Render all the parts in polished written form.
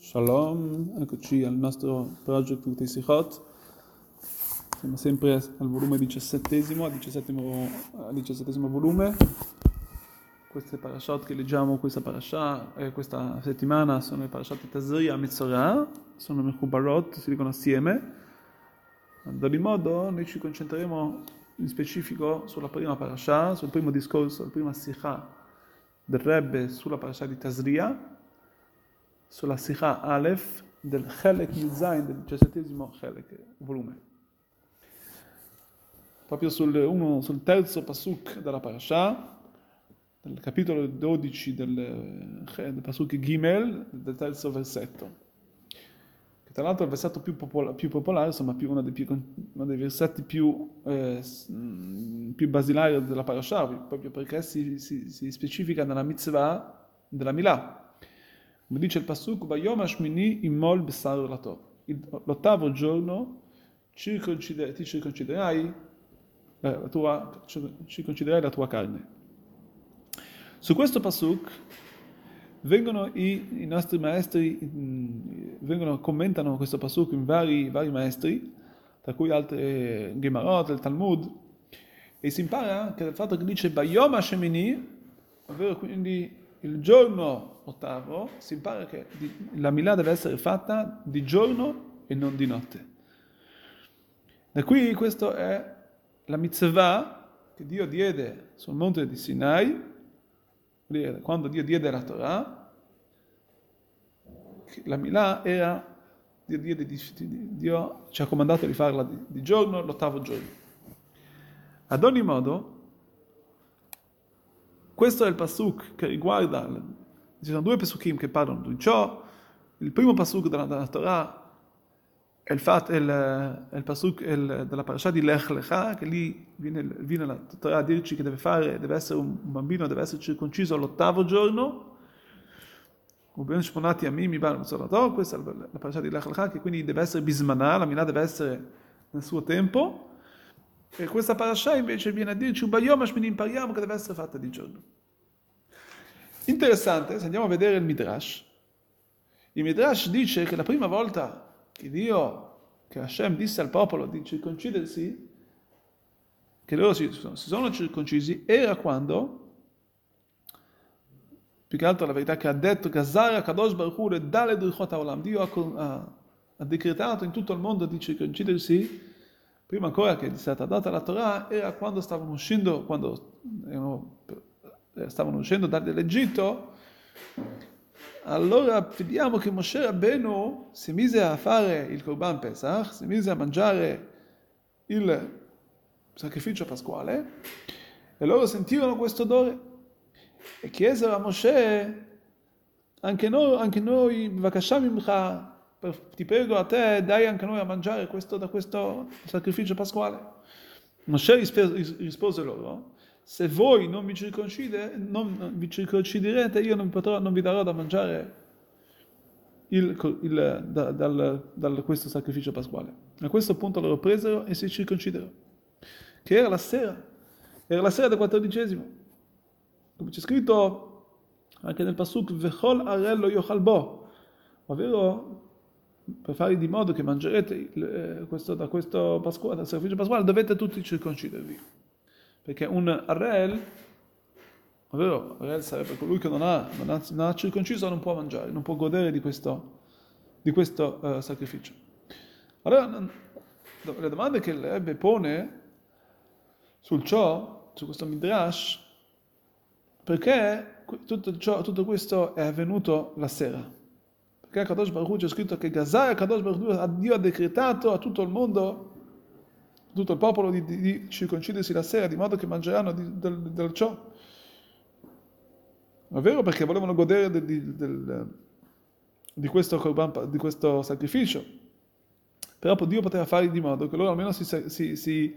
Shalom, eccoci al nostro project Utei Sichot. Siamo sempre al volume 17esimo, al diciassettesimo volume. Queste parashot che leggiamo questa settimana sono le parashot di Tazria e Metzorah, sono Mechubarot, si dicono assieme. Ad ogni modo noi ci concentreremo in specifico sulla prima parashah, sul primo discorso, la prima sikha del Rebbe sulla parashah di Tazria, sulla Sikha Aleph del Chelek Yuzain del 17esimo volume. Proprio sul terzo pasuk della parashah, del capitolo 12 del pasuk Gimel, del terzo versetto. Che tra l'altro è il versetto più popolare, insomma uno dei versetti più basilari della parashah, proprio perché si specifica nella mitzvah della Milah. Come dice il pasuk, Vayom Hashmini Imol Besar Lato. L'ottavo giorno circonciderai la tua carne. Su questo pasuk vengono i nostri maestri, commentano questo pasuk in vari maestri, tra cui altri Gemarot, il Talmud, e si impara che dal fatto che dice Vayom Hashmini, ovvero quindi il giorno ottavo, si impara che la Milah deve essere fatta di giorno e non di notte. Da qui questo è la mitzvah che Dio diede sul monte di Sinai, quando Dio diede la Torah, la Milah era, Dio ci ha comandato di farla di giorno, l'ottavo giorno. Ad ogni modo, questo è il pasuk che riguarda, ci sono due pasukim che parlano di ciò. Il primo pasuk della Torah è il pasuk della parasha di Lech Lecha, che lì viene la Torah a dirci che deve essere un bambino, deve essere circonciso all'ottavo giorno. Questa è la parasha di Lech Lecha, che quindi deve essere bismanà, la Milah deve essere nel suo tempo. E questa parasha invece viene a dirci impariamo che deve essere fatta di giorno. Interessante, se andiamo a vedere il Midrash dice che la prima volta che Hashem disse al popolo di circoncidersi, che loro si sono circoncisi, era quando, più che altro la verità che ha detto Gazara Kadosh Baruch Hu le Dale Drichot Haolam, Dio ha decretato in tutto il mondo di circoncidersi. Prima ancora che sia stata data la Torah, era quando stavano uscendo dall'Egitto. Allora vediamo che Moshe Rabbeinu si mise a fare il Korban Pesach, si mise a mangiare il sacrificio pasquale, e loro sentirono questo odore e chiesero a Moshe, anche noi, Vakasham Imcha, ti prego a te, dai anche noi a mangiare da questo sacrificio pasquale. Moshe rispose loro, se voi non vi circonciderete, io non vi darò da mangiare questo sacrificio pasquale. A questo punto loro presero e si circoncidero, che era la sera del 14esimo, come c'è scritto anche nel pasuk Vechol arello yochal bo, ovvero per fare di modo che mangerete dal sacrificio pasquale, dovete tutti circoncidervi. Perché un Arel, ovvero Arel sarebbe colui che non ha circonciso, non può mangiare, non può godere di questo sacrificio. Allora, le domande che il Rebbe pone su questo Midrash, perché tutto questo è avvenuto la sera? Perché Kadosh Baruch Hu c'è scritto che Gazar Kadosh Baruch Hu, Dio ha decretato a tutto il mondo, tutto il popolo di circoncidersi la sera, di modo che mangeranno del ciò. Ovvero perché volevano godere di questo sacrificio. Però Dio poteva fare di modo che loro almeno si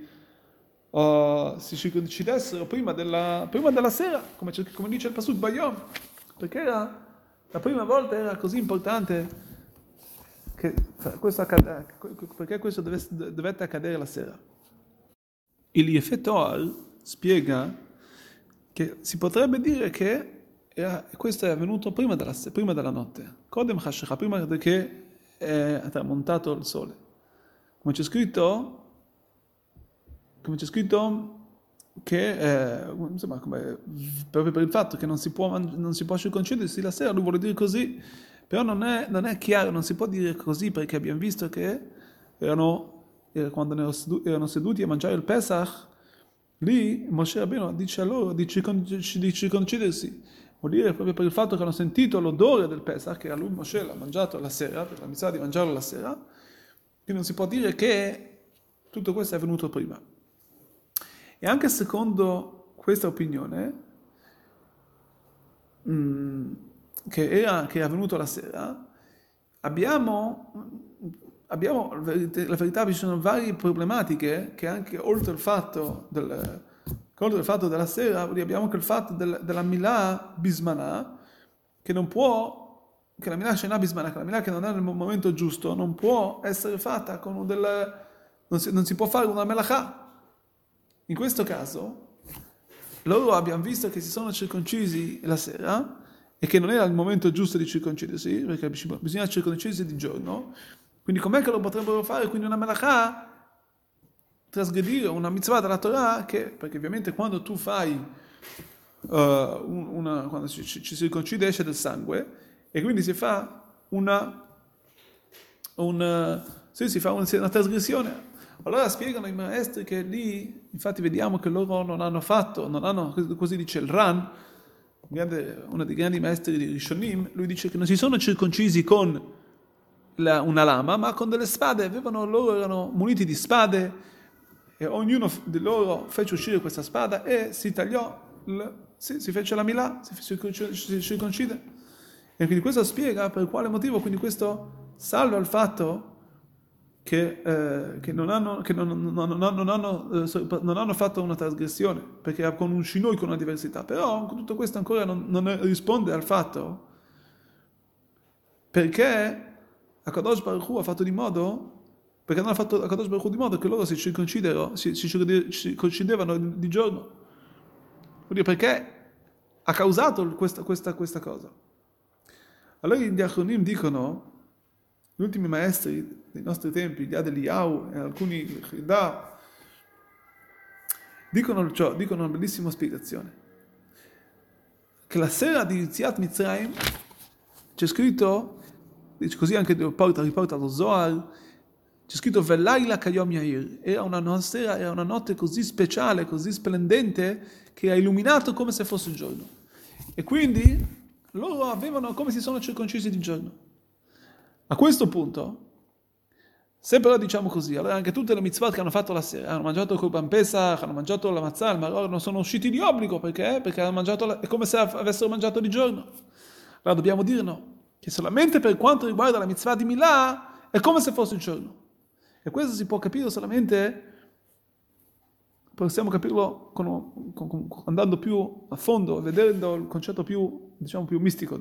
circoncidessero prima della sera, come dice il pasuk Bayom, perché la prima volta era così importante perché questo dovette accadere la sera. Il Yefet Toar spiega che si potrebbe dire che E questo è avvenuto prima della notte. Kodem Hashcha, prima che è tramontato il sole. Come c'è scritto che, insomma, proprio per il fatto che non si può circoncidersi la sera, lui vuole dire così, però non è chiaro, non si può dire così perché abbiamo visto che quando erano seduti a mangiare il Pesach, lì Moshe Rabbeinu dice a loro di circoncidersi. Vuol dire proprio per il fatto che hanno sentito l'odore del Pesach, che a lui Moshe l'ha mangiato la sera, per la mitzvah di mangiarlo la sera, quindi non si può dire che tutto questo è avvenuto prima. E anche secondo questa opinione, che è avvenuto la sera, abbiamo la verità, ci sono varie problematiche che anche oltre il fatto della sera, abbiamo anche il fatto della Milà Bismanà, che non può, che la Milà Shena Bismanà, che la Milà che non è nel momento giusto, non può essere fatta con non si può fare una melachà. In questo caso, loro abbiamo visto che si sono circoncisi la sera e che non era il momento giusto di circoncidersi, perché bisogna circoncidersi di giorno. Quindi com'è che lo potrebbero fare? Quindi una melachà, trasgredire una mitzvah della Torah, perché ovviamente quando tu fai, quando ci si circoncide esce del sangue, e quindi si fa una trasgressione. Allora spiegano i maestri che lì, infatti vediamo che loro non hanno, così dice il Ran, uno dei grandi maestri di Rishonim, lui dice che non si sono circoncisi con una lama, ma con delle spade, loro erano muniti di spade, e ognuno di loro fece uscire questa spada e si tagliò, si fece la milà, si circoncide. E quindi questo spiega per quale motivo, quindi questo salva il fatto che non hanno fatto una trasgressione, perché con un shinoi, con una diversità. Però tutto questo ancora non risponde al fatto perché Akadosh Baruch Hu ha fatto di modo, perché non ha fatto Akadosh Baruch Hu di modo che loro si circoncidevano di giorno. Vuol dire perché ha causato questa cosa. Allora gli Achronim dicono, gli ultimi maestri dei nostri tempi, gli Adeliyahu e alcuni Chida, dicono una bellissima spiegazione. Che la sera di Yetziat Mitzrayim c'è scritto, dice così anche riporta lo Zohar, c'è scritto Velaila Kayom Yair, era una notte così speciale, così splendente, che ha illuminato come se fosse il giorno. E quindi loro avevano come si sono circoncisi di giorno. A questo punto, se però diciamo così, allora anche tutte le mitzvot che hanno fatto la sera, hanno mangiato il Korban Pesach, hanno mangiato la matzah, ma loro non sono usciti di obbligo, perché hanno mangiato, è come se avessero mangiato di giorno. Allora dobbiamo dire no, che solamente per quanto riguarda la mitzvah di Milà, è come se fosse il giorno. E questo si può capire solamente, possiamo capirlo andando più a fondo, vedendo il concetto più mistico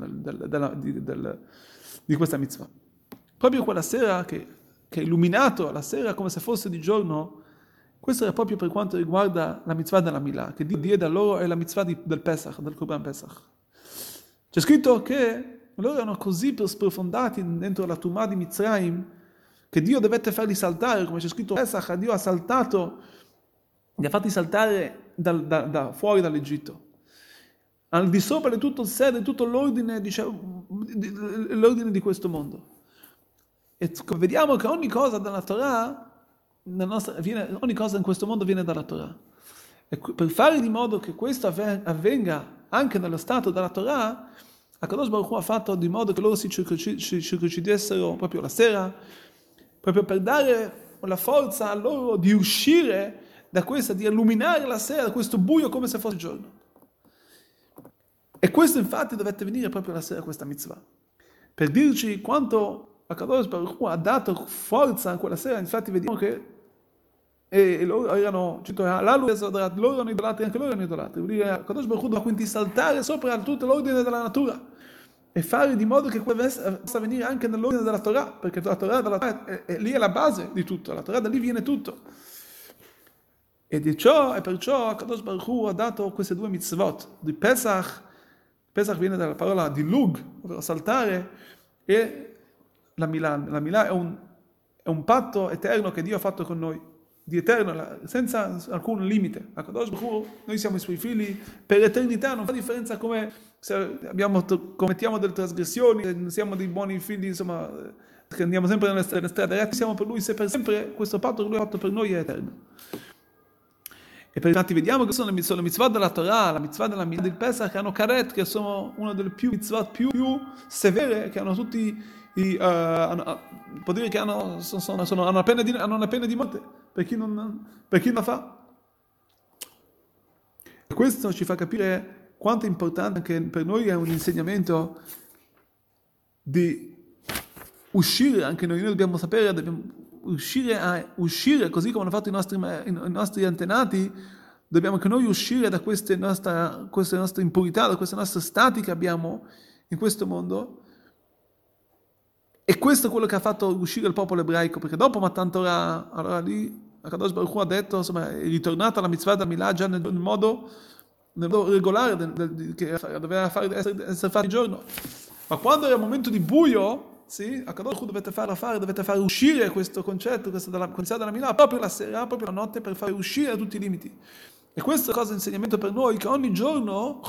di questa mitzvah. Proprio quella sera che è illuminato la sera come se fosse di giorno, questo era proprio per quanto riguarda la mitzvah della Milà, che Dio diede a loro è la mitzvah del Pesach, del Korban Pesach. C'è scritto che loro erano così sprofondati dentro la Tumah di Mitzrayim che Dio dovette farli saltare, come c'è scritto Pesach, Dio ha saltato, li ha fatti saltare da fuori dall'Egitto. Al di sopra di tutto il sede, tutto l'ordine di questo mondo. E vediamo che ogni cosa dalla Torah, ogni cosa in questo mondo viene dalla Torah. E per fare di modo che questo avvenga anche nello stato della Torah, Akadosh Baruch Hu ha fatto di modo che loro si circoncidessero proprio la sera, proprio per dare la forza a loro di uscire da questa, di illuminare la sera, da questo buio come se fosse il giorno. E questo infatti dovette venire proprio la sera questa mitzvah, per dirci quanto Akadosh Baruch Hu ha dato forza a quella sera. Infatti vediamo che loro erano idolatri, anche loro erano idolatri. Vuol dire Akadosh Baruch Hu doveva quindi saltare sopra tutto l'ordine della natura e fare di modo che possa venire anche nell'ordine della Torah, perché la Torah lì è la base di tutto, la Torah da lì viene tutto. E perciò Akadosh Baruch Hu ha dato queste due mitzvot di Pesach, Pesach viene dalla parola di lug, ovvero saltare, e la Milah. La Milah è un patto eterno che Dio ha fatto con noi, di eterno, senza alcun limite. Noi siamo i suoi figli per l'eternità, non fa differenza come se commettiamo delle trasgressioni, se non siamo dei buoni figli, insomma, che andiamo sempre nelle strade rette, siamo per lui per sempre, questo patto che lui ha fatto per noi è eterno. E per infatti vediamo che sono le mitzvot della Torah, la mitzvah della Milah del Pesach, che hanno karet, che sono una delle mitzvot più severe, che hanno tutti può dire che hanno una pena di morte per chi non la fa. E questo ci fa capire quanto è importante, anche per noi è un insegnamento di uscire, anche noi dobbiamo sapere, dobbiamo uscire così come hanno fatto i nostri antenati, dobbiamo anche noi uscire da queste nostre impurità, da queste nostre stati che abbiamo in questo mondo. E questo è quello che ha fatto uscire il popolo ebraico, perché dopo Matan Torah, allora lì Akadosh Baruch Hu ha detto, insomma, è ritornata la mitzvah da Milah già nel modo regolare che doveva essere fatto il giorno. Ma quando era il momento di buio, sì, Akadosh Baruch Hu dovete fare uscire questo concetto, della mitzvah della Milah, proprio la sera, proprio la notte, per fare uscire da tutti i limiti. E questo è cosa insegnamento per noi, che ogni giorno,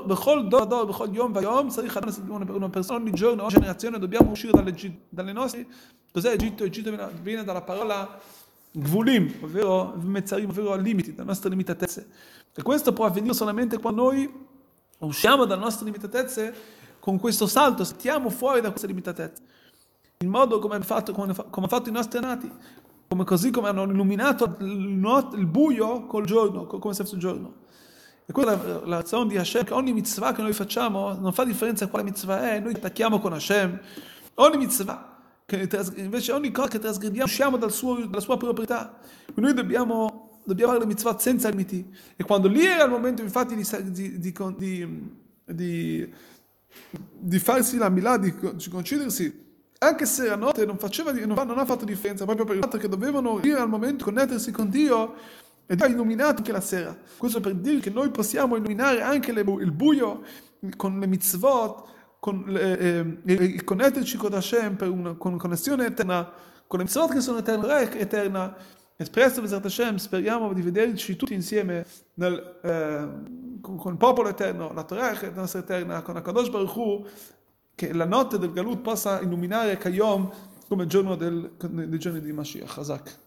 una persona, ogni giorno, ogni generazione, dobbiamo uscire dalle nostre. Cos'è Egitto? Egitto viene dalla parola gvulim, ovvero mezzarim, ovvero limiti, dalle nostre limitatezze. E questo può avvenire solamente quando noi usciamo dalle nostre limitatezze con questo salto, stiamo fuori da queste limitatezze. In modo come hanno fatto i nostri nati. Così come hanno illuminato il buio col giorno, come se fosse il giorno. E quella è la ragione di Hashem, che ogni mitzvah che noi facciamo non fa differenza quale mitzvah è, noi attacchiamo con Hashem. Ogni mitzvah, invece ogni cosa che trasgrediamo, usciamo dalla sua proprietà. Noi dobbiamo fare le mitzvah senza limiti. E quando lì era il momento infatti di farsi la Milah, di concedersi, anche se la notte non ha fatto differenza, proprio per il fatto che dovevano dire al momento di connettersi con Dio, e Dio ha illuminato anche la sera. Questo per dire che noi possiamo illuminare anche il buio con le mitzvot, e connetterci con Hashem con connessione eterna, con le mitzvot che sono eterna. E presto, Bezrat Hashem, speriamo di vederci tutti insieme con il popolo eterno, la Torah nostra eterna, con Akadosh Baruch Hu, che la notte del Galut possa illuminare Kayom come il giorno dei giorni di Mashiach. Chazak.